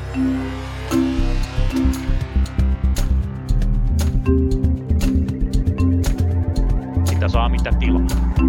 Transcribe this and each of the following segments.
Mitä saa, mitä tilaa.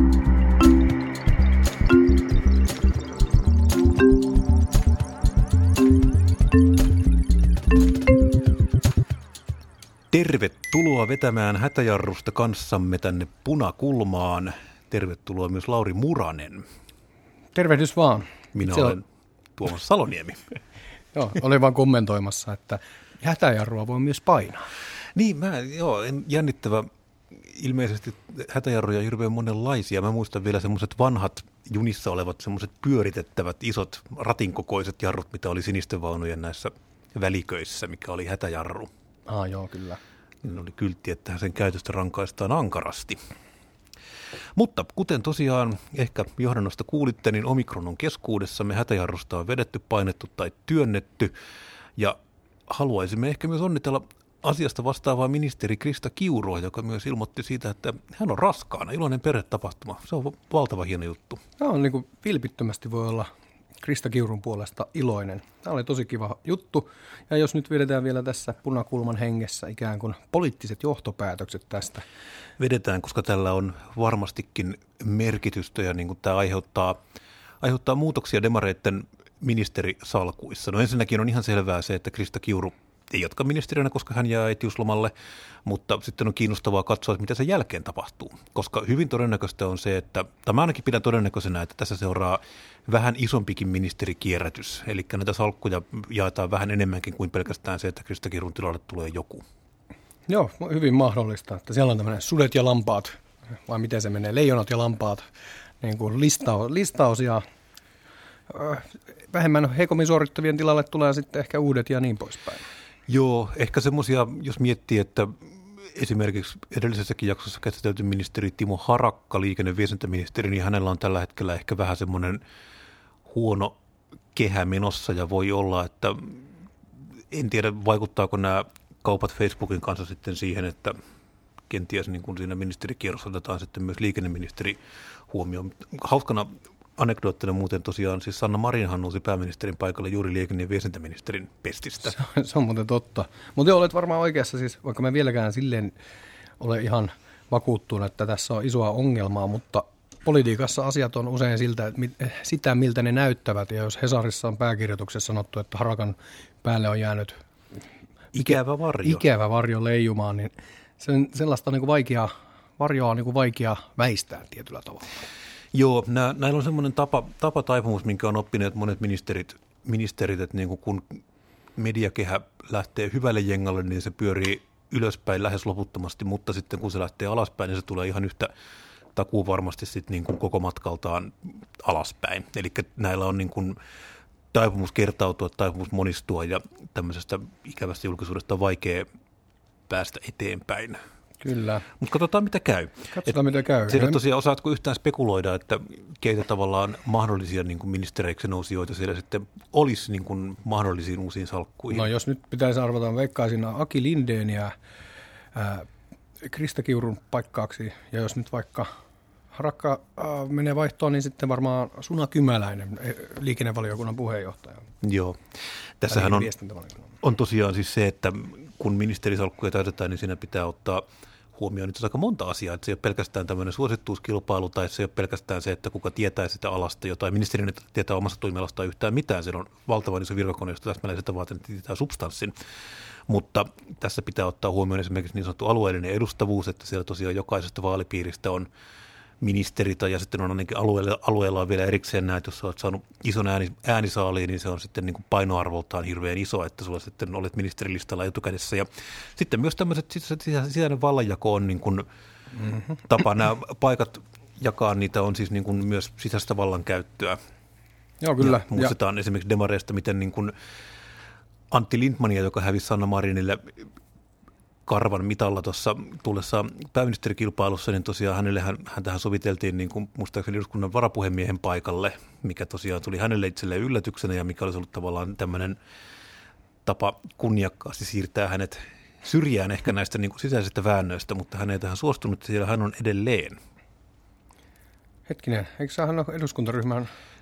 Tervetuloa vetämään hätäjarrusta kanssamme tänne punakulmaan. Tervetuloa myös Lauri Muranen. Tervehdys vaan. Minä olen Tuomas Saloniemi. Joo, olin vaan kommentoimassa, että hätäjarrua voi myös painaa. Niin, jännittävä. Ilmeisesti hätäjarruja on hirveän monenlaisia. Mä muistan vielä semmoiset vanhat junissa olevat semmoiset pyöritettävät isot ratinkokoiset jarrut, mitä oli sinisten vaunujen näissä väliköissä, mikä oli hätäjarru. Joo, kyllä. Niin oli kyltti, että sen käytöstä rankaistaan ankarasti. Mutta kuten tosiaan ehkä johdannosta kuulitte, niin Omikron on keskuudessamme, hätäjarrusta on vedetty, painettu tai työnnetty. Ja haluaisimme ehkä myös onnitella asiasta vastaavaa ministeri Krista Kiurua, joka myös ilmoitti siitä, että hän on raskaana. Iloinen perhetapahtuma. Se on valtava hieno juttu. Tämä on niin kuin vilpittömästi voi olla Krista Kiurun puolesta iloinen. Tämä oli tosi kiva juttu. Ja jos nyt vedetään vielä tässä punakulman hengessä ikään kuin poliittiset johtopäätökset tästä. Vedetään, koska tällä on varmastikin merkitystä ja niin kuin tämä aiheuttaa muutoksia demareiden ministerisalkuissa. No ensinnäkin on ihan selvää se, että Krista Kiuru ei jatka ministerinä, koska hän jää äitiyslomalle, mutta sitten on kiinnostavaa katsoa, mitä sen jälkeen tapahtuu, koska hyvin todennäköistä on se, että, tai mä ainakin pidän todennäköisenä, että tässä seuraa vähän isompikin ministerikierrätys, eli näitä salkkuja jaetaan vähän enemmänkin kuin pelkästään se, että Krista Kiurun tilalle tulee joku. Joo, hyvin mahdollista, että siellä on tämmöinen sudet ja lampaat, vai miten se menee, leijonat ja lampaat, niin kuin listaus ja vähemmän heikommin suorittavien tilalle tulee sitten ehkä uudet ja niin poispäin. Joo, ehkä semmoisia, jos miettii, että esimerkiksi edellisessäkin jaksossa käsitelty ministeri Timo Harakka, liikenne- ja viestintäministeri, niin hänellä on tällä hetkellä ehkä vähän semmoinen huono kehä menossa ja voi olla, että en tiedä vaikuttaako nämä kaupat Facebookin kanssa sitten siihen, että kenties niin kuin siinä ministerikierrossa otetaan sitten myös liikenneministeri huomioon. Hauskana anekdoottina muuten tosiaan, siis Sanna Marinhan nousi pääministerin paikalle juuri liikenne- ja viestintäministerin pestistä. Se on muuten totta. Mutta olet varmaan oikeassa, siis vaikka mä vieläkään silleen ole ihan vakuuttunut, että tässä on isoa ongelmaa, mutta politiikassa asiat on usein sitä, miltä ne näyttävät. Ja jos Hesarissa on pääkirjoituksessa sanottu, että Harakan päälle on jäänyt ikävä varjo leijumaan, niin sellaista niin kuin varjoa on niin kuin vaikea väistää tietyllä tavalla. Joo, näillä on semmoinen tapa taipumus, minkä on oppineet monet ministerit, että niin kun mediakehä lähtee hyvälle jengalle, niin se pyörii ylöspäin lähes loputtomasti, mutta sitten kun se lähtee alaspäin, niin se tulee ihan yhtä takuu varmasti sitten niin kuin koko matkaltaan alaspäin. Eli näillä on niin kuin taipumus kertautua, taipumus monistua ja tämmöisestä ikävästä julkisuudesta on vaikea päästä eteenpäin. Kyllä. Mutta katsotaan, mitä käy. Mitä käy. Siellä tosiaan osaatko yhtään spekuloida, että keitä tavallaan mahdollisia niin kuin ministereiksi nousijoita siellä sitten olisi niin kuin mahdollisiin uusiin salkkuihin? No jos nyt pitäisi arvata, veikkaisin Aki Lindéniä Krista Kiurun paikkaaksi, ja jos nyt vaikka Harakka menee vaihtoon, niin sitten varmaan Suna Kymäläinen, liikennevaliokunnan puheenjohtaja. Joo, tässähän on tosiaan siis se, että kun ministerisalkkuja täytetään, niin siinä pitää ottaa huomioon nyt aika monta asiaa, että se ei ole pelkästään tämmöinen suosittuuskilpailu tai se ei ole pelkästään se, että kuka tietää sitä alasta jotain. Ministeri ei tietää omasta toimialastaan yhtään mitään, se on valtavan iso virkakone, josta täsmälleen sitä varten, että tietää substanssin. Mutta tässä pitää ottaa huomioon esimerkiksi niin sanottu alueellinen edustavuus, että siellä tosiaan jokaisesta vaalipiiristä on ministeritä ja sitten on ainakin alueella on vielä erikseen näitä, jos olet saanut ison äänisaaliin, niin se on sitten niin kuin painoarvoltaan hirveän iso, että sulla sitten olet ministerilistalla etukädessä. Ja sitten myös tämmöiset sisäinen vallanjako on niin kuin tapa. Nämä paikat jakaa, niitä on siis niin kuin myös sisäistä vallankäyttöä. Joo, kyllä. Ja muistetaan esimerkiksi demareista, miten niin kuin Antti Lindmania, joka hävisi Sanna Marinille karvan mitalla tuossa tullessa pääministerikilpailussa, niin tosiaan häntähän soviteltiin niin kuin muistaakseni eduskunnan varapuhemiehen paikalle, mikä tosiaan tuli hänelle itselleen yllätyksenä ja mikä olisi ollut tavallaan tämmöinen tapa kunniakkaasti siirtää hänet syrjään ehkä näistä niin kuin sisäisistä väännöistä, mutta hän ei tähän suostunut, siellä hän on edelleen. Hetkinen, eikö hän ole eduskuntaryhmän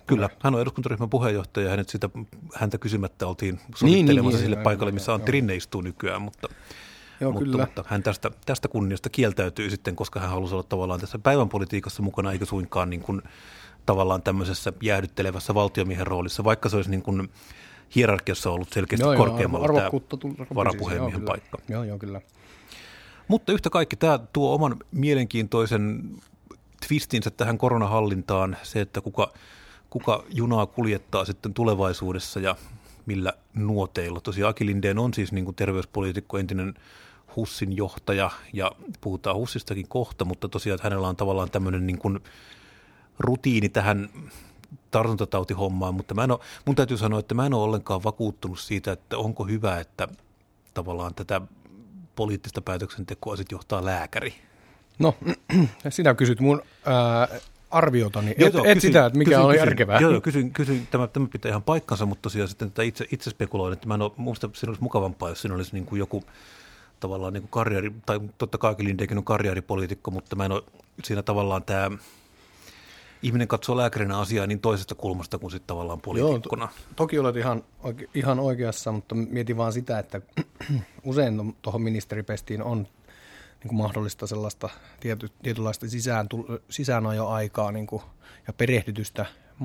Kyllä, hän on eduskuntaryhmän puheenjohtaja ja häntä kysymättä oltiin sovittelemassa sille paikalle, missä Antti Rinne istuu nykyään, mutta hän tästä kunniasta kieltäytyy sitten, koska hän halusi olla tavallaan tässä päivänpolitiikassa mukana, eikä suinkaan niin kuin, tavallaan tämmöisessä jäähdyttelevässä valtiomiehen roolissa, vaikka se olisi niin kuin hierarkiassa ollut selkeästi korkeammalla tämä varapuhemiehen paikka. Joo, kyllä. Mutta yhtä kaikki tämä tuo oman mielenkiintoisen twistinsä tähän koronahallintaan, se, että kuka junaa kuljettaa sitten tulevaisuudessa ja millä nuoteilla. Tosiaan Aki Lindén on siis niin kuin terveyspoliitikko, entinen HUSin johtaja, ja puhutaan HUSistakin kohta, mutta tosiaan että hänellä on tavallaan tämmöinen niin kuin rutiini tähän tartuntatautihommaan, mutta mun täytyy sanoa, että mä en ole ollenkaan vakuuttunut siitä, että onko hyvä, että tavallaan tätä poliittista päätöksentekoa sitten johtaa lääkäri. No, sinä kysyt mun arviotani, et sitä, että mikä on järkevää. Joo, kysyn, tämä pitää ihan paikkansa, mutta tosiaan sitten tätä itse spekuloin, että minusta siinä olisi mukavampaa, jos siinä olisi niin kuin joku tavallaan niin kuin karrieri, tai totta kai Aki Lindénkin on karrieripoliitikko, mutta mä en ole siinä tavallaan tämä ihminen katsoo lääkärinä asiaa niin toisesta kulmasta kuin sitten tavallaan poliitikkona. Joo, toki olet ihan oikeassa, mutta mietin vaan sitä, että usein tuohon ministeripestiin on niin kuin mahdollista sellaista tietynlaista sisäänajoaikaa niin kuin, ja perehdytystä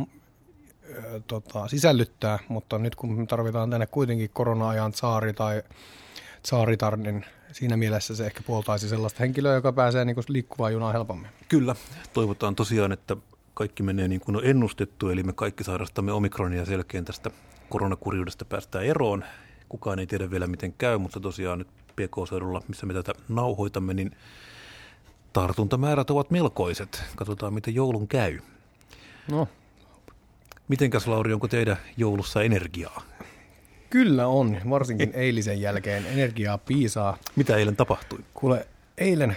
sisällyttää, mutta nyt kun me tarvitaan tänne kuitenkin korona-ajan tsaaritar, niin siinä mielessä se ehkä puoltaisi sellaista henkilöä, joka pääsee niin kuin liikkuvaan junaan helpommin. Kyllä, toivotaan tosiaan, että kaikki menee niin kuin on ennustettu, eli me kaikki sairastamme omikronia ja selkeän tästä koronakurjuudesta päästään eroon. Kukaan ei tiedä vielä miten käy, mutta tosiaan nyt PK-seudulla, missä me tätä nauhoitamme, niin tartuntamäärät ovat melkoiset. Katsotaan, miten joulun käy. No. Mitenkäs, Lauri, onko teidän joulussa energiaa? Kyllä on, varsinkin eilisen jälkeen energiaa piisaa. Mitä eilen tapahtui? Kuule, eilen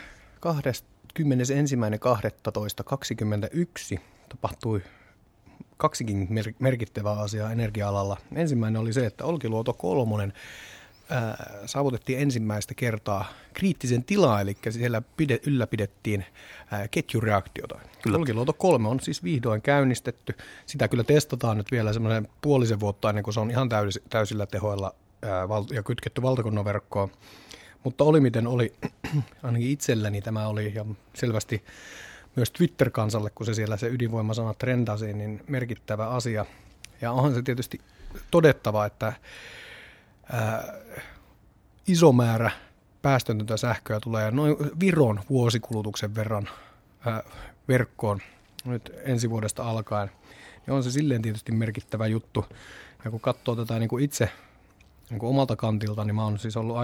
21.12.21 tapahtui kaksikin merkittävää asiaa energia-alalla. Ensimmäinen oli se, että Olkiluoto 3 saavutettiin ensimmäistä kertaa kriittisen tilaa, eli siellä ylläpidettiin ketjureaktiota. Kyllä. Olkiluoto 3 on siis vihdoin käynnistetty. Sitä kyllä testataan nyt vielä semmoisen puolisen vuotta ennen kuin se on ihan täysillä tehoilla ja kytketty valtakunnan verkkoon. Mutta oli miten oli, ainakin itselläni tämä oli ja selvästi myös Twitter-kansalle, kun se siellä se ydinvoimasana trendasi, niin merkittävä asia. Ja onhan se tietysti todettava, että iso määrä päästötöntä sähköä tulee noin Viron vuosikulutuksen verran verkkoon nyt ensi vuodesta alkaen. Ja on se silleen tietysti merkittävä juttu. Ja kun katsoo tätä niin kuin itse niin kuin omalta kantilta, niin mä oon siis ollut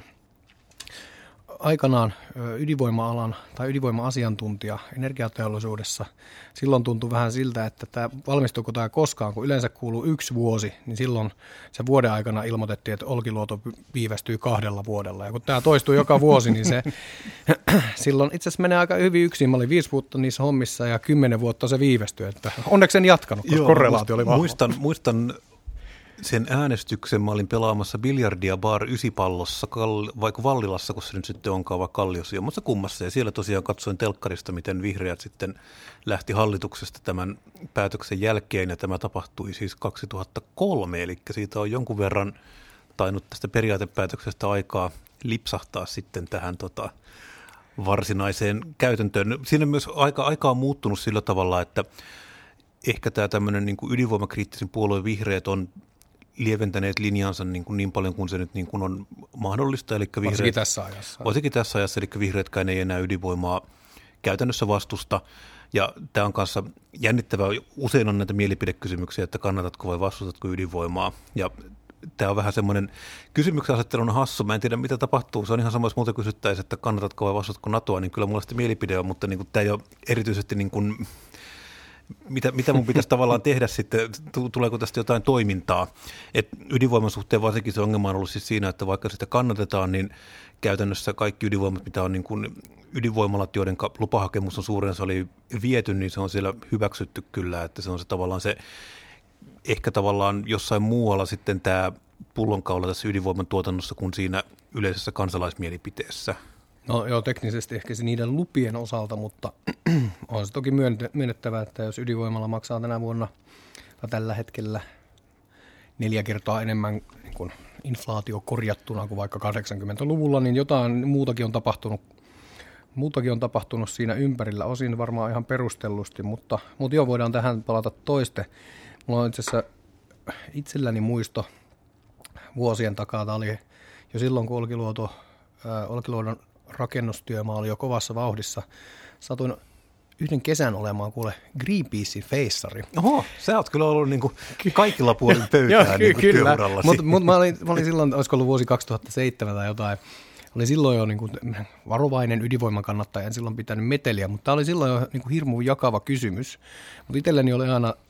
aikanaan ydinvoima-alan tai ydinvoima-asiantuntija energiateollisuudessa. Silloin tuntui vähän siltä, että valmistuuko tämä koskaan, kun yleensä kuuluu 1 vuosi, niin silloin se vuoden aikana ilmoitettiin, että Olkiluoto viivästyy 2 vuodella. Ja kun tämä toistuu joka vuosi, niin se silloin itse asiassa menee aika hyvin yksin. Mä olin 5 vuotta niissä hommissa ja 10 vuotta se viivästyi. Että onneksi en jatkanut, koska korrelaatio oli vahva. Muistan sen äänestyksen. Mä olin pelaamassa biljardia Bar 9-pallossa, vaikka Vallilassa, kun se nyt sitten onkaan vai Kalliossa, mutta kummassa. Ja siellä tosiaan katsoin telkkarista, miten vihreät sitten lähti hallituksesta tämän päätöksen jälkeen, ja tämä tapahtui siis 2003, eli siitä on jonkun verran tainnut tästä periaatepäätöksestä aikaa lipsahtaa sitten tähän varsinaiseen käytäntöön. Siinä myös aika on muuttunut sillä tavalla, että ehkä tämä tämmöinen niin kuin ydinvoimakriittisen puolueen vihreät on lieventäneet linjansa niin paljon kuin se nyt niin kuin on mahdollista. Eli varsinkin tässä ajassa, eli vihreätkään ei enää ydinvoimaa käytännössä vastusta. Ja tämä on kanssa jännittävää. Usein on näitä mielipidekysymyksiä, että kannatatko vai vastustatko ydinvoimaa. Ja tämä on vähän semmoinen kysymyksen asettelun hassu. Mä en tiedä, mitä tapahtuu. Se on ihan sama, jos muuta kysyttäisiin, että kannatatko vai vastustatko NATOa, niin kyllä mulla sitten mielipide on, mutta niin kuin, tämä ei ole erityisesti niin kuin mitä mun pitäisi tavallaan tehdä sitten, tuleeko tästä jotain toimintaa. Et ydinvoiman suhteen varsinkin se ongelma on ollut siis siinä, että vaikka sitä kannatetaan, niin käytännössä kaikki ydinvoimat, mitä on niin kuin ydinvoimalat, joiden lupahakemus on suurensa oli viety, niin se on siellä hyväksytty kyllä, että se on se tavallaan se, ehkä tavallaan jossain muualla sitten tämä pullonkaula tässä ydinvoiman tuotannossa kuin siinä yleisessä kansalaismielipiteessä. No joo, teknisesti ehkä se niiden lupien osalta, mutta on se toki myönnettävä, että jos ydinvoimalla maksaa tänä vuonna tällä hetkellä 4 kertaa enemmän niin kuin inflaatio korjattuna kuin vaikka 80-luvulla, niin jotain muutakin on tapahtunut siinä ympärillä, osin varmaan ihan perustellusti, mutta joo, voidaan tähän palata toiste. Mulla on itse asiassa itselläni muisto vuosien takaa, tämä oli jo silloin, kun Olkiluodon rakennustyömaa oli jo kovassa vauhdissa. Satuin yhden kesän olemaan kuule Greenpeacein feissari. Oho, sä oot kyllä ollut niinku kaikilla puolin pöytää niinku työurallasi. Mutta mä olin silloin, olisiko ollut vuosi 2007 tai jotain, olin silloin jo niinku varovainen ydinvoiman kannattaja, en silloin pitänyt meteliä, mutta tämä oli silloin jo niinku hirmu jakava kysymys. Mutta itselläni oli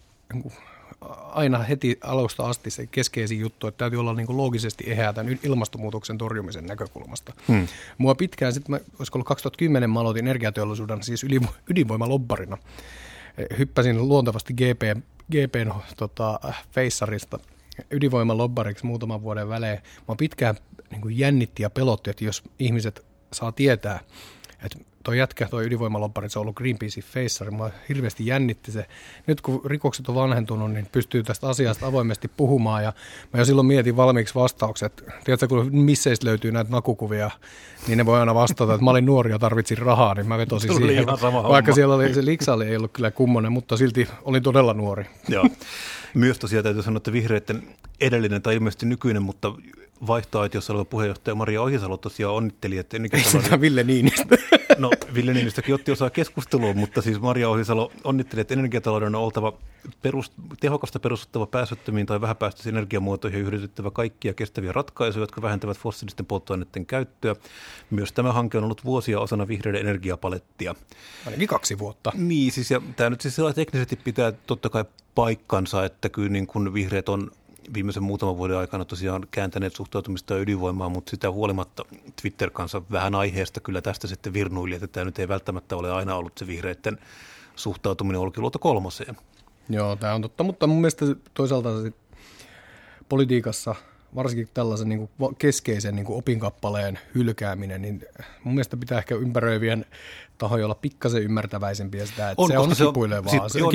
aina heti alusta asti se keskeisin juttu, että täytyy olla niin loogisesti eheä tämän ilmastonmuutoksen torjumisen näkökulmasta. Mua pitkään, sitten olisiko ollut 2010, mä aloitin energiateollisuuden, siis ydinvoimalobbarina. Hyppäsin luontevasti GPn feissarista ydinvoimalobbariksi muutaman vuoden välein. Mä pitkään niin jännitti ja pelotti, että jos ihmiset saa tietää, että toi ydinvoimalobbari, se on ollut Greenpeacein feissari, mä hirveästi jännitti se. Nyt kun rikokset on vanhentunut, niin pystyy tästä asiasta avoimesti puhumaan, ja mä jo silloin mietin valmiiksi vastaukset. Tiedätkö, kun misseistä löytyy näitä nakukuvia, niin ne voi aina vastata, että mä olin nuori ja tarvitsin rahaa, niin mä vetosin siihen. Vaikka siellä oli, se liksa ei ollut kyllä kummonen, mutta silti olin todella nuori. Joo. Myös tosiaan täytyy sanoa, että vihreiden edellinen tai ilmeisesti nykyinen, mutta vaihtoaitiossa oleva puheenjohtaja Maria Ohisalo tosiaan onnitteli, että Ville Niinistö. No, Ville Niinistökin otti osaa keskusteluun, mutta siis Maria Ohisalo onnitteli, että energiatalouden on oltava tehokasta perustuttava päästöttömiin tai vähäpäästöisiin energiamuotoihin ja hyödynnettävä kaikkia kestäviä ratkaisuja, jotka vähentävät fossiilisten polttoaineiden käyttöä. Myös tämä hanke on ollut vuosia osana vihreiden energiapalettia. Ainakin 2 vuotta. Niin, siis ja tämä nyt siis teknisesti pitää totta kai paikkansa, että kyllä niin kuin vihreät on viimeisen muutaman vuoden aikana tosiaan kääntäneet suhtautumista ydinvoimaan, mutta sitä huolimatta Twitter-kanssa vähän aiheesta kyllä tästä sitten virnuili, että tämä nyt ei välttämättä ole aina ollut se vihreiden suhtautuminen Olkiluoto 3. Joo, tämä on totta, mutta mun mielestä toisaalta politiikassa, varsinkin tällaisen niin kuin keskeisen niin kuin opinkappaleen hylkääminen, niin mun mielestä pitää ehkä ympäröivien tahoja olla pikkasen ymmärtäväisempiä sitä, että se on kipuilevaa.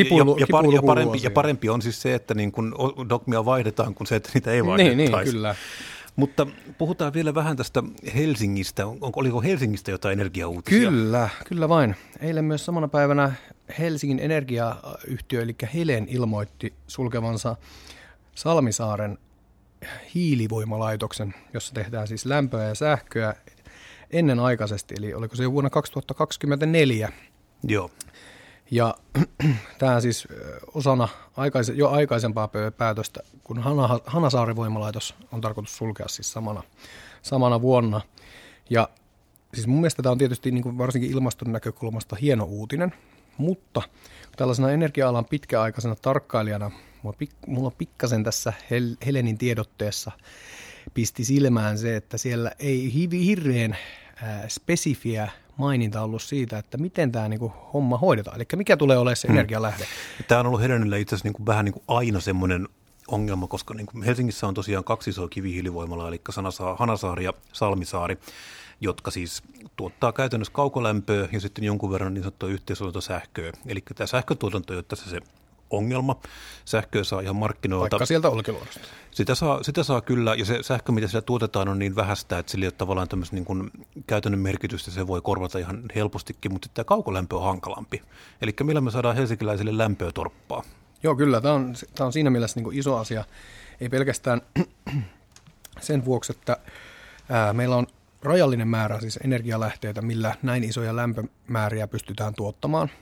Ja parempi on siis se, että niin kun dogmia vaihdetaan, kuin se, että niitä ei vaihdettaisi. Niin, kyllä. Mutta puhutaan vielä vähän tästä Helsingistä. Oliko Helsingistä jotain energiauutisia? Kyllä vain. Eilen myös samana päivänä Helsingin energiayhtiö, eli Helen, ilmoitti sulkevansa Salmisaaren hiilivoimalaitoksen, jossa tehdään siis lämpöä ja sähköä ennenaikaisesti, eli oliko se jo vuonna 2024. Joo. Ja tämä siis osana jo aikaisempaa päätöstä, kun Hanasaari-voimalaitos on tarkoitus sulkea siis samana vuonna. Ja siis mun mielestä tämä on tietysti niin kuin varsinkin ilmaston näkökulmasta hieno uutinen, mutta tällaisena energia-alan pitkäaikaisena tarkkailijana mulla pikkasen tässä Helenin tiedotteessa pisti silmään se, että siellä ei hirveän spesifiä maininta ollut siitä, että miten tämä niinku homma hoidetaan. Eli mikä tulee olemaan se energialähde. Tämä on ollut Helenillä itse asiassa vähän aina semmoinen ongelma, koska Helsingissä on tosiaan 2 isoa kivihiilivoimalaa, eli Hanasaari ja Salmisaari, jotka siis tuottaa käytännössä kaukolämpöä ja sitten jonkun verran niin sanottua yhteistuotantosähköä. Eli tämä sähkötuotanto ei ole tässä se ongelma. Sähköä saa ihan markkinoilta. Vaikka sieltä Olkiluodosta. Sitä saa kyllä, ja se sähkö, mitä siellä tuotetaan, on niin vähäistä, että sillä ei ole tavallaan tämmöistä niin kuin käytännön merkitystä, se voi korvata ihan helpostikin, mutta tämä kaukolämpö on hankalampi. Eli millä me saadaan helsinkiläisille lämpöä torppaa? Joo, kyllä. Tämä on siinä mielessä niin kuin iso asia. Ei pelkästään sen vuoksi, että meillä on rajallinen määrä siis energialähteitä, millä näin isoja lämpömääriä pystytään tuottamaan.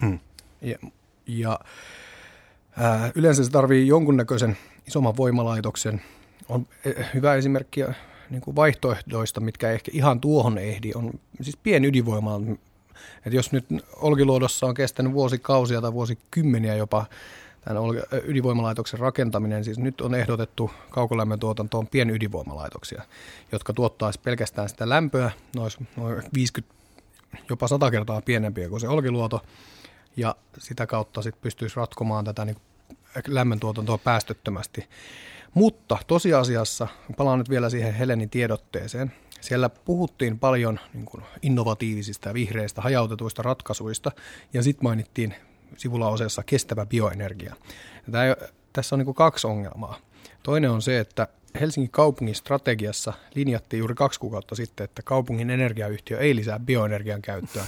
Ja yleensä se tarvitsee jonkunnäköisen isomman voimalaitoksen. On hyvä esimerkki niin kuin vaihtoehdoista, mitkä ehkä ihan tuohon ehdi, on siis pienydinvoimala. Että jos nyt Olkiluodossa on kestänyt vuosikausia tai vuosikymmeniä jopa tämän ydinvoimalaitoksen rakentaminen, siis nyt on ehdotettu kaukolämmön tuotantoon pienydinvoimalaitoksia, jotka tuottaisi pelkästään sitä lämpöä, noin 50, jopa 100 kertaa pienempiä kuin se Olkiluoto, ja sitä kautta sitten pystyisi ratkomaan tätä niin lämmöntuotantoa päästöttömästi. Mutta tosiasiassa, palaan nyt vielä siihen Helenin tiedotteeseen, siellä puhuttiin paljon niin kuin innovatiivisista ja vihreistä hajautetuista ratkaisuista, ja sitten mainittiin sivulla oseessa kestävä bioenergia. Tämä tässä on niin kuin kaksi ongelmaa. Toinen on se, että Helsingin kaupungin strategiassa linjattiin juuri 2 kuukautta sitten, että kaupungin energiayhtiö ei lisää bioenergian käyttöä.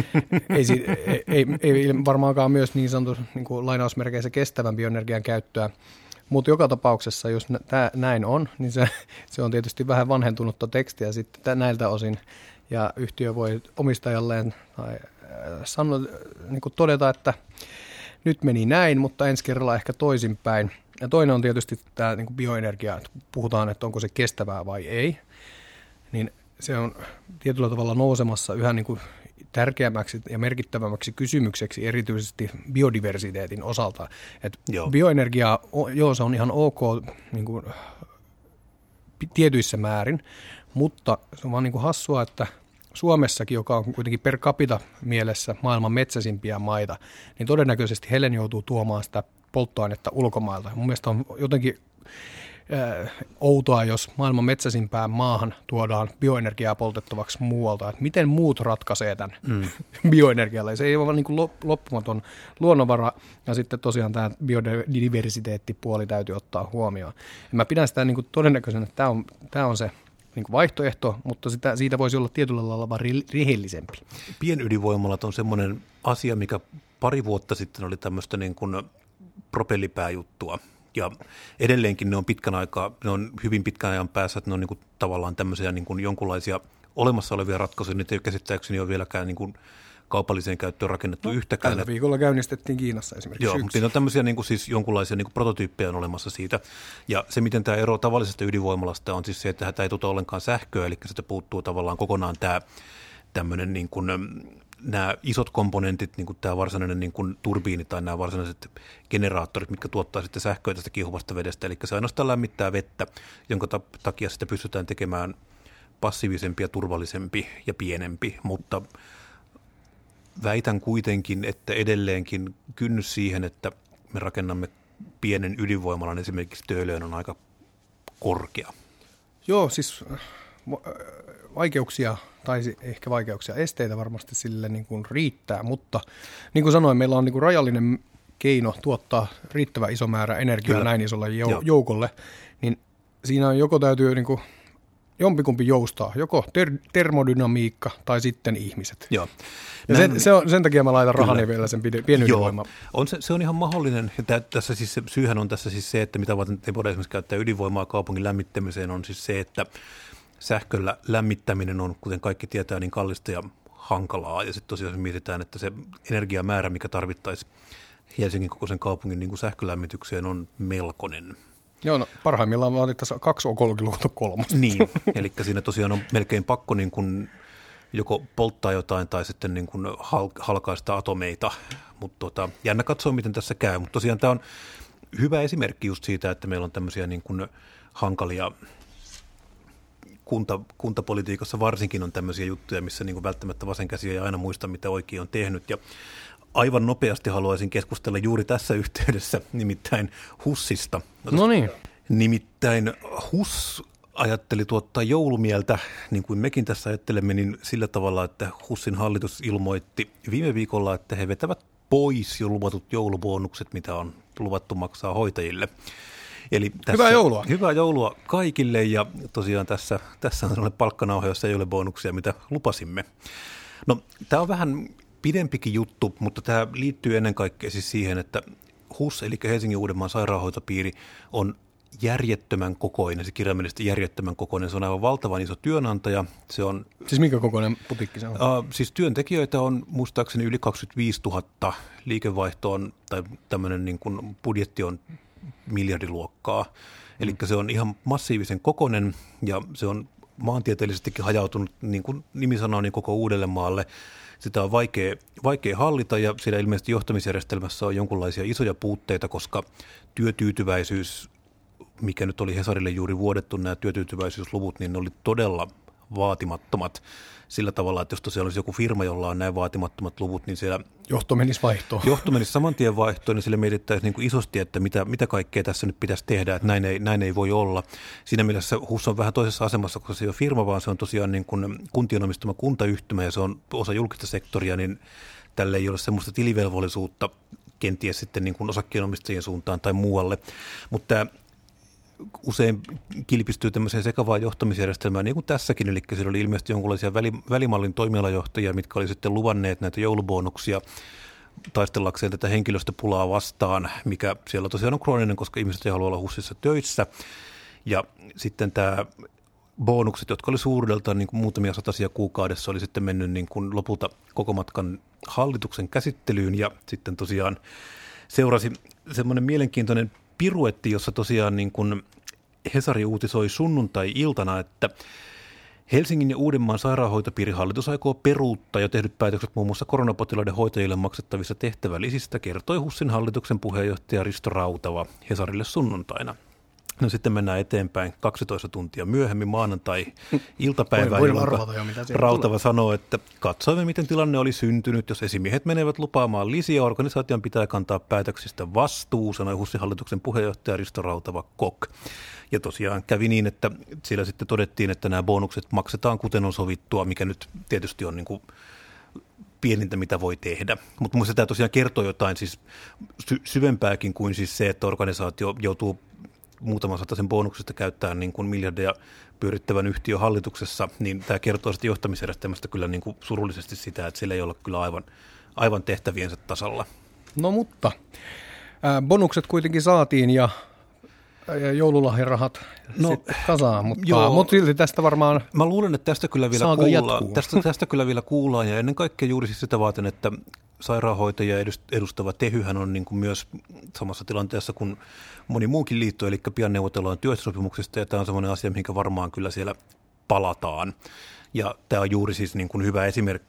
ei varmaankaan myös niin sanottu niin kuin lainausmerkeissä kestävän bioenergian käyttöä, mutta joka tapauksessa, jos näin on, niin se on tietysti vähän vanhentunutta tekstiä sitten näiltä osin, ja yhtiö voi omistajalleen niin kuin todeta, että nyt meni näin, mutta ensi kerralla ehkä toisinpäin. Ja toinen on tietysti tämä niin kuin bioenergia, että puhutaan, että onko se kestävää vai ei, niin se on tietyllä tavalla nousemassa yhä niin kuin tärkeämmäksi ja merkittävämmäksi kysymykseksi erityisesti biodiversiteetin osalta. Et bioenergia, se on ihan ok niin kuin tietyissä määrin, mutta se on vaan niin kuin hassua, että Suomessakin, joka on kuitenkin per capita mielessä maailman metsäisimpiä maita, niin todennäköisesti Helen joutuu tuomaan sitä polttoainetta ulkomailta. Mun mielestä on jotenkin outoa, jos maailman metsäisimpään maahan tuodaan bioenergiaa poltettavaksi muualta. Että miten muut ratkaisee tämän bioenergialla? Se ei ole niin kuin loppumaton luonnonvara, ja sitten tosiaan tämä biodiversiteettipuoli täytyy ottaa huomioon. Ja mä pidän sitä niin kuin todennäköisenä, että tämä on se niin kuin vaihtoehto, mutta siitä voisi olla tietyllä lailla vaan rehellisempi. Pienydinvoimalat on semmoinen asia, mikä pari vuotta sitten oli tämmöistä niin kuin propellipääjuttua. Ja edelleenkin ne on hyvin pitkän ajan päässä, että ne on niin kuin tavallaan tämmöisiä niin kuin jonkunlaisia olemassa olevia ratkaisuja, niitä ei käsittääkseni ole vieläkään niin kuin kaupalliseen käyttöön rakennettu yhtäkään. Tällä viikolla käynnistettiin Kiinassa esimerkiksi. Joo, mutta on tämmöisiä niin kuin siis jonkunlaisia niin kuin prototyyppejä on olemassa siitä. Ja se, miten tämä ero tavallisesta ydinvoimalasta on siis se, että tämä ei tuota ollenkaan sähköä, eli sitä puuttuu tavallaan kokonaan tämä tämmöinen niin kuin nämä isot komponentit, niin kuin tämä varsinainen niin kuin turbiini tai nämä varsinaiset generaattorit, mitkä tuottaa sitten sähköä tästä kiehuvasta vedestä. Eli se ainoastaan lämmittää vettä, jonka takia sitä pystytään tekemään passiivisempi ja turvallisempi ja pienempi, mutta väitän kuitenkin, että edelleenkin kynnys siihen, että me rakennamme pienen ydinvoimalan esimerkiksi Töölöön on aika korkea. Joo, siis vaikeuksia, tai ehkä vaikeuksia, esteitä varmasti sille niin kuin riittää, mutta niin kuin sanoin, meillä on niin kuin rajallinen keino tuottaa riittävä iso määrä energiaa Kyllä. näin isolle joukolle, niin siinä on joko täytyy niin kuin jompikumpi joustaa, joko termodynamiikka tai sitten ihmiset. Joo. Ja sen takia mä laitan rahani vielä sen pienydinvoimaan. Se on ihan mahdollinen. Tässä siis se syyhän on tässä siis se, että mitä varten ei voida esimerkiksi käyttää ydinvoimaa kaupungin lämmittämiseen, on siis se, että sähköllä lämmittäminen on, kuten kaikki tietää, niin kallista ja hankalaa. Ja sitten tosiaan mietitään, että se energiamäärä, mikä tarvittaisiin Helsingin kokoisen kaupungin niin kuin sähkölämmitykseen, on melkoinen. Joo, no parhaimmillaan vaadittaisiin 2 Olkiluoto 3. Niin, eli siinä tosiaan on melkein pakko niin kuin joko polttaa jotain tai sitten niin kuin halkaista atomeita, mutta jännä katsoa, miten tässä käy. Mutta tosiaan tämä on hyvä esimerkki just siitä, että meillä on tämmöisiä niin kuin hankalia kuntapolitiikassa varsinkin on tämmöisiä juttuja, missä niin kuin välttämättä vasen käsi ei aina muista, mitä oikein on tehnyt. Ja aivan nopeasti haluaisin keskustella juuri tässä yhteydessä, nimittäin HUSista. No niin. Nimittäin HUS ajatteli tuottaa joulumieltä, niin kuin mekin tässä ajattelemme, niin sillä tavalla, että HUSin hallitus ilmoitti viime viikolla, että he vetävät pois jo luvatut joulubonukset, mitä on luvattu maksaa hoitajille. Eli hyvää joulua kaikille, ja tosiaan tässä on sellainen palkkanauha, jossa ei ole bonuksia, mitä lupasimme. No, tämä on vähän pidempikin juttu, mutta tämä liittyy ennen kaikkea siis siihen, että HUS, eli Helsingin Uudenmaan sairaanhoitopiiri, on järjettömän kokoinen, se kirjaimellisesti järjettömän kokoinen. Se on aivan valtavan iso työnantaja. Se on, siis minkä kokoinen putikki se on? Siis työntekijöitä on muistaakseni yli 25 000, liikevaihto on, tai tämmöinen niin kuin budjetti on miljardiluokkaa. Eli se on ihan massiivisen kokoinen, ja se on maantieteellisestikin hajautunut, niin kuin nimi sanoo, niin koko Uudellemaalle. Sitä on vaikea hallita, ja siinä ilmeisesti johtamisjärjestelmässä on jonkinlaisia isoja puutteita, koska työtyytyväisyys, mikä nyt oli Hesarille juuri vuodettu nämä työtyytyväisyysluvut, niin ne oli todella vaatimattomat sillä tavalla, että jos tosiaan olisi joku firma, jolla on näin vaatimattomat luvut, niin siellä johto menisi vaihtoon. Johto menisi saman tien vaihtoon, niin sille mietittäisiin niin kuin isosti, että mitä kaikkea tässä nyt pitäisi tehdä, että näin ei voi olla. Siinä mielessä HUS on vähän toisessa asemassa, koska se ei ole firma, vaan se on tosiaan niin kuin kuntien omistama kuntayhtymä, ja se on osa julkista sektoria, niin tälle ei ole semmoista tilivelvollisuutta kenties sitten niin kuin osakkeenomistajien suuntaan tai muualle. Mutta usein kilpistyy tämmöiseen sekavaan johtamisjärjestelmään, niin kuin tässäkin, eli siellä oli ilmeisesti jonkinlaisia välimallin toimialajohtajia, mitkä oli sitten luvanneet näitä joulubonuksia taistellakseen tätä henkilöstöpulaa vastaan, mikä siellä tosiaan on krooninen, koska ihmiset ei halua olla HUSissa töissä. Ja sitten tämä bonukset, jotka oli suuruudeltaan niin kuin muutamia satasia kuukaudessa, oli sitten mennyt niin kuin lopulta koko matkan hallituksen käsittelyyn. Ja sitten tosiaan seurasi semmoinen mielenkiintoinen piruetti, jossa tosiaan niin kuin Hesari uutisoi sunnuntai-iltana, että Helsingin ja Uudenmaan sairaanhoitopiirin hallitus aikoo peruuttaa jo tehdyt päätökset muun muassa koronapotilaiden hoitajille maksettavissa tehtävälisistä, kertoi HUSin hallituksen puheenjohtaja Risto Rautava Hesarille sunnuntaina. No sitten mennään eteenpäin 12 tuntia myöhemmin maanantai-iltapäivään, jolloin Rautava sanoo, että katsoimme, miten tilanne oli syntynyt. Jos esimiehet menevät lupaamaan lisiä, organisaation pitää kantaa päätöksistä vastuu, sanoi HUSin hallituksen puheenjohtaja Risto Rautava Kok. Ja tosiaan kävi niin, että siellä sitten todettiin, että nämä bonukset maksetaan kuten on sovittua, mikä nyt tietysti on niin kuin pienintä, mitä voi tehdä. Mutta minusta tämä tosiaan kertoo jotain siis syvempääkin kuin siis se, että organisaatio joutuu muutaman sataisen bonuksesta käyttää niin kuin miljardeja pyörittävän yhtiön hallituksessa, niin tämä kertoo sitten johtamisjärjestelmästä kyllä niin kuin surullisesti sitä, että sillä ei ole kyllä aivan tehtäviensä tasalla. No mutta bonukset kuitenkin saatiin ja joululahjarahat kasaan, mutta silti tästä varmaan mä luulen, että tästä kyllä vielä kuullaan. Tästä kyllä vielä kuullaan ja ennen kaikkea juuri siis sitä varten, että sairaanhoitajia edustava Tehyhän on niin kuin myös samassa tilanteessa kuin moni muukin liitto, eli pian neuvotellaan työehtosopimuksista ja tämä on semmoinen asia, mihinkä varmaan kyllä siellä palataan. Ja tämä on juuri siis niin kuin hyvä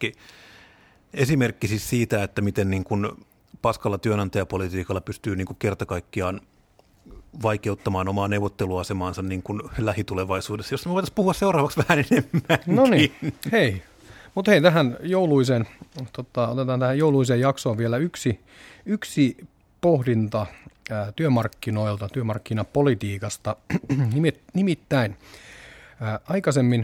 esimerkki siis siitä, että miten niin kuin paskalla työnantajapolitiikalla pystyy niin kuin kerta kaikkiaan vaikeuttamaan omaa neuvotteluasemaansa niin kuin lähitulevaisuudessa, jos me voitaisiin puhua seuraavaksi vähän enemmänkin. No niin, hei. Mutta hei, tähän otetaan tähän jouluiseen jaksoon vielä yksi pohdinta työmarkkinoilta, työmarkkinapolitiikasta. Nimittäin aikaisemmin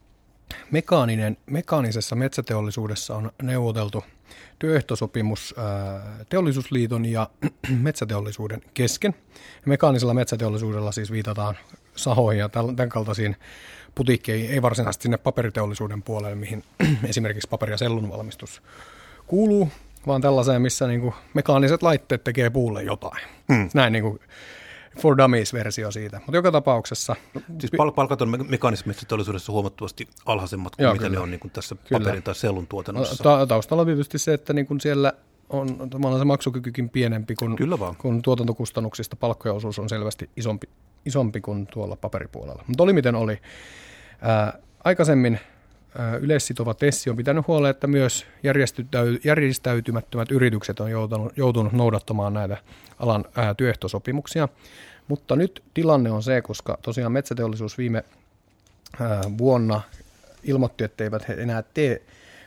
mekaanisessa metsäteollisuudessa on neuvoteltu työehtosopimus Teollisuusliiton ja metsäteollisuuden kesken. Mekaanisella metsäteollisuudella siis viitataan sahoihin ja tämän kaltaisiin putiikkeihin, ei varsinaisesti sinne paperiteollisuuden puolelle, mihin esimerkiksi paperi- ja sellun valmistus kuuluu, vaan tällaiseen, missä niin kuin mekaaniset laitteet tekee puulle jotain. Näin niin kuin for dummies-versio siitä. Mutta joka tapauksessa siis palkat on mekaanisessa metsäteollisuudessa huomattavasti alhaisemmat kuin mitä ne on niin kuin tässä paperin tai sellun tuotannossa. Taustalla on tietysti se, että niin kuin siellä on se maksukykykin pienempi kun tuotantokustannuksista palkkojen osuus on selvästi isompi kuin tuolla paperipuolella. Mutta oli miten oli. Aikaisemmin yleissitova TES on pitänyt huolta, että myös järjestäytymättömät yritykset on joutunut noudattamaan näitä alan työehtosopimuksia. Mutta nyt tilanne on se, koska tosiaan metsäteollisuus viime vuonna ilmoitti, että eivät he enää tee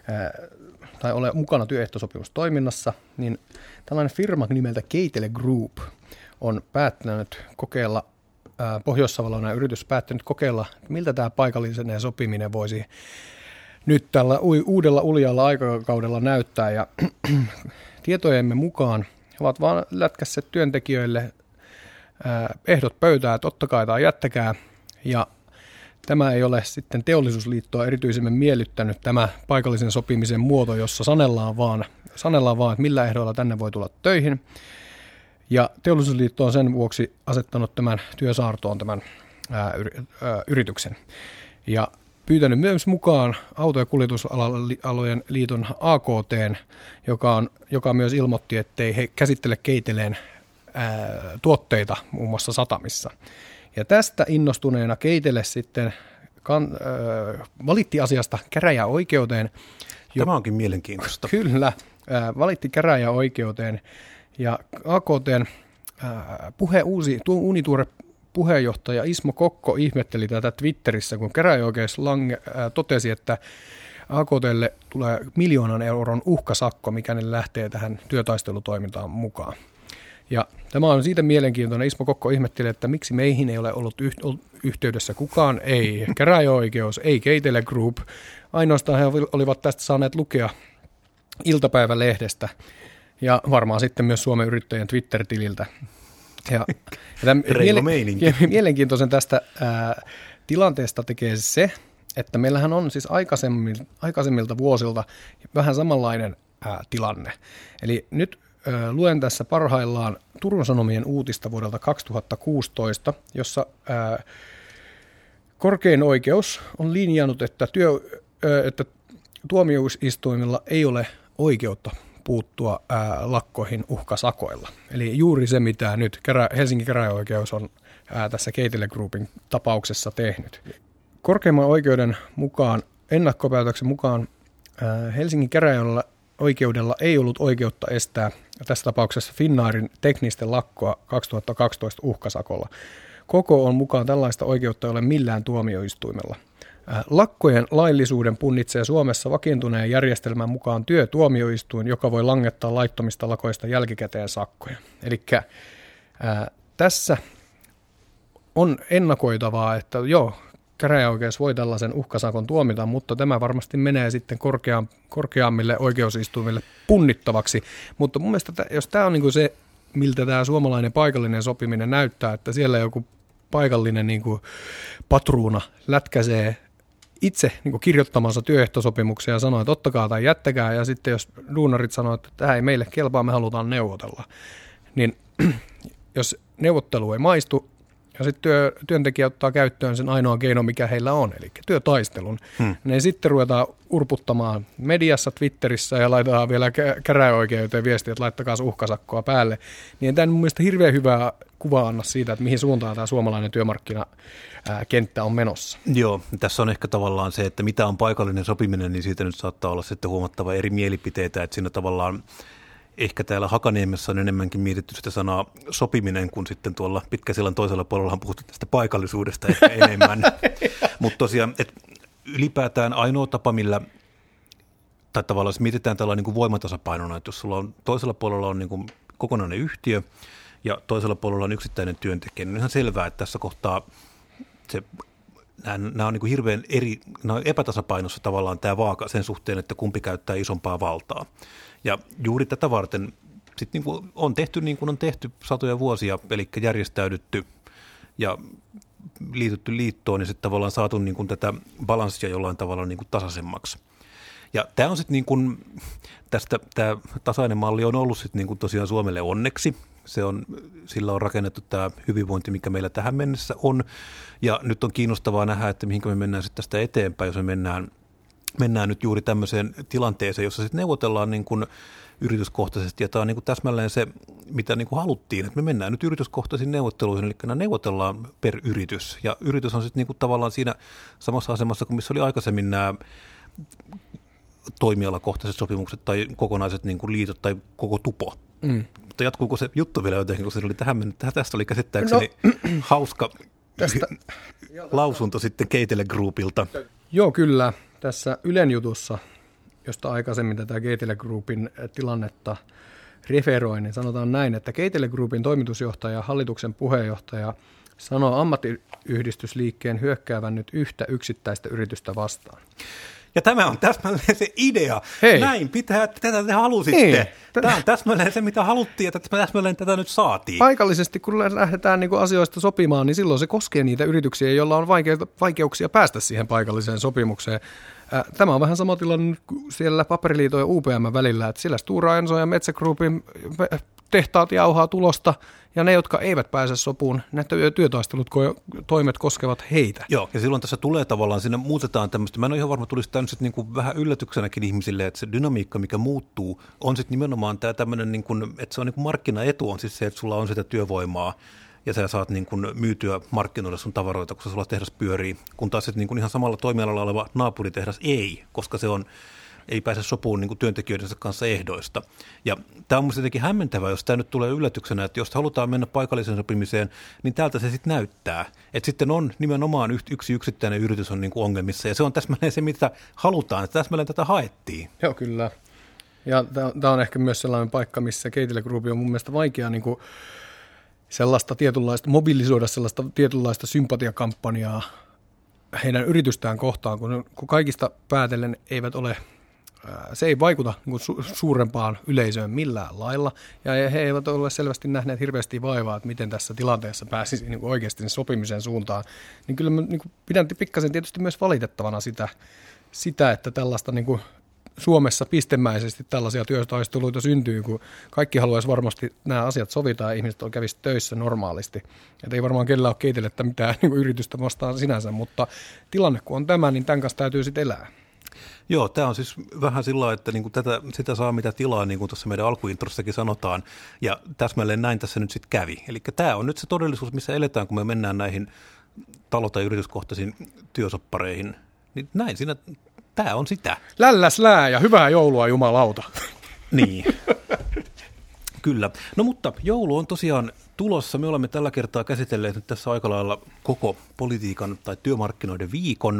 tai ole mukana työehtosopimustoiminnassa, niin tällainen firma nimeltä Keitele Group on päättänyt kokeilla, Pohjois-Savonlinnan yritys päättänyt kokeilla, miltä tämä paikallinen sopiminen voisi nyt tällä uudella uljalla aikakaudella näyttää. Ja tietojemme mukaan he ovat vaan lätkässeet työntekijöille ehdot pöytään, että ottakaa tai jättäkää. Ja tämä ei ole sitten Teollisuusliittoa erityisemmin miellyttänyt tämä paikallisen sopimisen muoto, jossa sanellaan vaan, että millä ehdoilla tänne voi tulla töihin. Ja Teollisuusliitto on sen vuoksi asettanut tämän työsaartoon tämän yrityksen. Ja pyytänyt myös mukaan auto- ja kuljetusalojen liiton AKT:n, joka myös ilmoitti, ettei he käsittele Keiteleen tuotteita muun muassa satamissa. Ja tästä innostuneena Keitele sitten valitti asiasta käräjäoikeuteen. Tämä onkin mielenkiintoista. Kyllä, valitti käräjäoikeuteen. Ja AKT:n unituore puheenjohtaja Ismo Kokko ihmetteli tätä Twitterissä, kun käräjäoikeus totesi, että AKT:lle tulee 1 miljoonan euron uhkasakko, mikä ne lähtee tähän työtaistelutoimintaan mukaan. Ja tämä on siitä mielenkiintoinen. Ismo Kokko ihmetteli, että miksi meihin ei ole ollut yhteydessä kukaan, ei käräjäoikeus, ei Keitele Group. Ainoastaan he olivat tästä saaneet lukea iltapäivälehdestä. Ja varmaan sitten myös Suomen Yrittäjien Twitter-tililtä. Ja mielenkiintoisen tästä tilanteesta tekee se, että meillähän on siis aikaisemmilta vuosilta vähän samanlainen tilanne. Eli nyt luen tässä parhaillaan Turun Sanomien uutista vuodelta 2016, jossa korkein oikeus on linjannut, että tuomioistuimilla ei ole oikeutta puuttua lakkoihin uhkasakoilla. Eli juuri se, mitä nyt Helsingin käräjäoikeus on tässä Keitele Groupin tapauksessa tehnyt. Korkeimman oikeuden mukaan, ennakkopäätöksen mukaan Helsingin käräjäoikeudella ei ollut oikeutta estää tässä tapauksessa Finnairin teknisten lakkoa 2012 uhkasakolla. KK on mukaan tällaista oikeutta ei ole millään tuomioistuimella. Lakkojen laillisuuden punnitsee Suomessa vakiintuneen järjestelmän mukaan työtuomioistuin, joka voi langettaa laittomista lakoista jälkikäteen sakkoja. Eli tässä on ennakoitavaa, että käräjäoikeus voi tällaisen uhkasakon tuomita, mutta tämä varmasti menee sitten korkeammille oikeusistuimille punnittavaksi. Mutta mun mielestä, jos tämä on niin kuin se, miltä tämä suomalainen paikallinen sopiminen näyttää, että siellä joku paikallinen niin kuin patruuna lätkäsee itse niin kuin kirjoittamansa työehtosopimuksia ja sanoo, että ottakaa tai jättäkää, ja sitten jos duunarit sanoo, että tämä ei meille kelpaa, me halutaan neuvotella, niin jos neuvottelu ei maistu, ja sitten työntekijä ottaa käyttöön sen ainoa keino, mikä heillä on, eli työtaistelun, niin sitten ruvetaan urputtamaan mediassa, Twitterissä ja laitetaan vielä käräjäoikeuteen viestiä, että laittakaa uhkasakkoa päälle. Niin tämä mun mielestä hirveän hyvää kuvaa anna siitä, että mihin suuntaan tämä suomalainen työmarkkinakenttä on menossa. Joo, tässä on ehkä tavallaan se, että mitä on paikallinen sopiminen, niin siitä nyt saattaa olla sitten huomattava eri mielipiteitä, että siinä tavallaan ehkä täällä Hakaniemessä on enemmänkin mietitty sitä sanaa sopiminen, kun sitten tuolla Pitkäsillan toisella puolella on puhuttu tästä paikallisuudesta ehkä enemmän. Mutta tosiaan, että ylipäätään ainoa tapa, millä, tai tavallaan jos mietitään tällainen niin kuin voimatasapainona, että jos sulla on toisella puolella on niin kuin kokonainen yhtiö ja toisella puolella on yksittäinen työntekijä, niin on ihan selvää, että tässä kohtaa nämä on niin kuin hirveän nämä on epätasapainossa tavallaan tämä vaaka sen suhteen, että kumpi käyttää isompaa valtaa. Ja juuri tätä varten sit niin kuin on tehty niin kuin on tehty satoja vuosia, eli järjestäydytty ja liitytty liittoon ja sitten tavallaan saatu niin kuin tätä balanssia jollain tavalla niin kuin tasaisemmaksi. Ja tämä on sitten niin kuin, tämä tasainen malli on ollut sitten niin kuin tosiaan Suomelle onneksi. Sillä on rakennettu tämä hyvinvointi, mikä meillä tähän mennessä on. Ja nyt on kiinnostavaa nähdä, että mihinkä me mennään sitten tästä eteenpäin, jos me mennään nyt juuri tämmöiseen tilanteeseen, jossa sitten neuvotellaan niin kuin yrityskohtaisesti, ja tämä on niin kuin täsmälleen se, mitä niin kuin haluttiin, että me mennään nyt yrityskohtaisiin neuvotteluihin, eli neuvotellaan per yritys, ja yritys on sitten niin kuin tavallaan siinä samassa asemassa kuin missä oli aikaisemmin nämä toimialakohtaiset sopimukset tai kokonaiset niin kuin liitot tai koko tupo. Mutta jatkuuko se juttu vielä jotenkin, kun se oli tästä oli käsittääkseni hauska lausunto sitten Keitele Groupilta. Joo, kyllä. Tässä Ylen jutussa, josta aikaisemmin tätä Keitele Groupin tilannetta referoin, niin sanotaan näin, että Keitele Groupin toimitusjohtaja ja hallituksen puheenjohtaja sanoo ammattiyhdistysliikkeen hyökkäävän nyt yhtä yksittäistä yritystä vastaan. Ja tämä on täsmälleen se idea. Hei. Näin pitää, tätä te halusitte. Niin. Tämä on täsmälleen se, mitä haluttiin, ja täsmälleen tätä nyt saatiin. Paikallisesti, kun lähdetään niin kuin asioista sopimaan, niin silloin se koskee niitä yrityksiä, joilla on vaikeuksia päästä siihen paikalliseen sopimukseen. Tämä on vähän sama tilanne siellä Paperiliiton ja UPM välillä, että siellä Stora Enso ja Metsä Groupin tehtaat jauhaa tulosta, ja ne, jotka eivät pääse sopuun, ne työtaistelut toimet koskevat heitä. Joo, ja silloin tässä tulee tavallaan, siinä muutetaan tämmöistä, mä en ole ihan varma, tulisi tämä nyt sitten niin kuin vähän yllätyksenäkin ihmisille, että se dynamiikka, mikä muuttuu, on sitten nimenomaan tämä tämmöinen, niin kuin, että se on niin kuin markkinaetu, on siis se, että sulla on sitä työvoimaa, ja sä saat niin kuin myytyä markkinoille sun tavaroita, koska sulla tehdas pyörii, kun taas niin kuin ihan samalla toimialalla oleva naapuritehdas ei, koska ei pääse sopuun niin kuin työntekijöidensä kanssa ehdoista. Ja tämä on minusta jotenkin hämmentävää, jos tämä nyt tulee yllätyksenä, että jos halutaan mennä paikalliseen sopimiseen, niin täältä se sitten näyttää. Että sitten on nimenomaan yksi yksittäinen yritys on niin kuin ongelmissa, ja se on täsmälleen se, mitä halutaan, että täsmälleen tätä haettiin. Joo, kyllä. Ja tämä on ehkä myös sellainen paikka, missä Keitele Group on mun mielestä vaikea niin kuin sellaista tietynlaista, mobilisoida sellaista tietynlaista sympatiakampanjaa heidän yritystään kohtaan, kun kaikista päätellen eivät ole se ei vaikuta niin suurempaan yleisöön millään lailla, ja he eivät ole selvästi nähneet hirveästi vaivaa, että miten tässä tilanteessa pääsisi niin oikeasti sopimisen suuntaan. Niin kyllä mä niin pidän pikkasen tietysti myös valitettavana sitä että tällaista niin Suomessa pistemäisesti tällaisia työtaisteluita syntyy, kun kaikki haluaisi varmasti nämä asiat sovita ja ihmiset kävisi töissä normaalisti. Et ei varmaan kellään ole keitellettä mitään niin yritystä vastaan sinänsä, mutta tilanne kun on tämä, niin tämän kanssa täytyy sitten elää. Joo, tämä on siis vähän sillä lailla, että niinku sitä saa mitä tilaa, niin kuin tuossa meidän alkuintrossakin sanotaan, ja täsmälleen näin tässä nyt sitten kävi. Eli tämä on nyt se todellisuus, missä eletään, kun me mennään näihin talo- tai yrityskohtaisiin työsoppareihin. Niin näin siinä, tämä on sitä. Lälläs lää ja hyvää joulua, jumalauta. Niin, kyllä. No mutta joulu on tosiaan tulossa. Me olemme tällä kertaa käsitelleet nyt tässä aika lailla koko politiikan tai työmarkkinoiden viikon.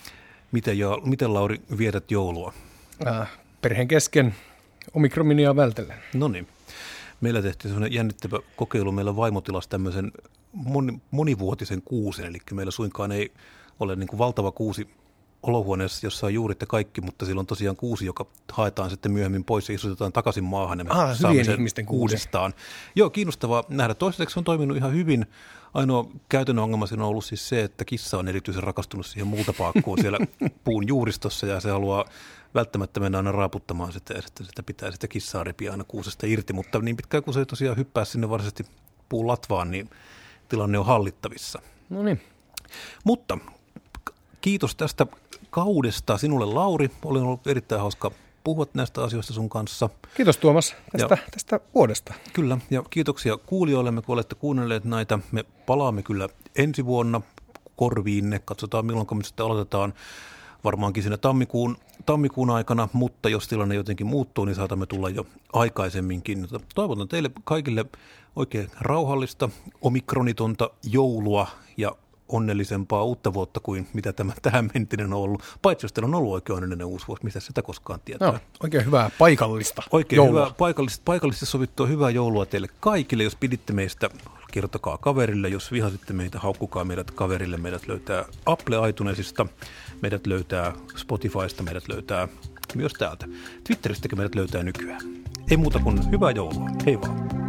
Miten Lauri vietät joulua? Perheen kesken omikronia vältellen. No niin. Meillä tehtiin sellainen jännittävä kokeilu. Meillä vaimo tilasi tämmöisen monivuotisen kuusen, eli meillä suinkaan ei ole niin kuin valtava kuusi olohuoneessa, jossa on juurit ja kaikki, mutta sillä on tosiaan kuusi, joka haetaan sitten myöhemmin pois ja istutetaan takaisin maahan. Ja me hyvien ihmisten uudestaan. Joo, kiinnostavaa nähdä. Toistaiseksi on toiminut ihan hyvin. Ainoa käytännön ongelma siinä on ollut siis se, että kissa on erityisen rakastunut siihen multapaakkuun siellä puun juuristossa ja se haluaa välttämättä mennä aina raaputtamaan sitä ja sitä pitää sitä kissaa repiä aina kuusesta irti, mutta niin pitkään kun se tosiaan hyppää sinne varsinaisesti puun latvaan, niin tilanne on hallittavissa. No niin. Mutta kiitos tästä kaudesta sinulle, Lauri. Oli ollut erittäin hauska puhua näistä asioista sun kanssa. Kiitos Tuomas tästä vuodesta. Kyllä, ja kiitoksia kuulijoillemme, kun olette kuunnelleet näitä. Me palaamme kyllä ensi vuonna korviinne. Katsotaan milloin me sitten aloitetaan. Varmaankin siinä tammikuun aikana, mutta jos tilanne jotenkin muuttuu, niin saatamme tulla jo aikaisemminkin. Toivotan teille kaikille oikein rauhallista, omikronitonta joulua ja onnellisempaa uutta vuotta kuin mitä tämä tähän mentinen on ollut. Paitsi jos teillä on ollut oikein onnellinen uusi vuosi, mistä sitä koskaan tietää. No, oikein hyvää paikallista oikein joulua. Hyvää paikallisesti sovittua hyvää joulua teille kaikille. Jos piditte meistä, kertokaa kaverille. Jos vihasitte meitä, haukkukaa meidät kaverille. Meidät löytää Apple iTunesista, meidät löytää Spotifysta, meidät löytää myös täältä. Twitteristäkin meidät löytää nykyään. Ei muuta kuin hyvää joulua. Hei vaan.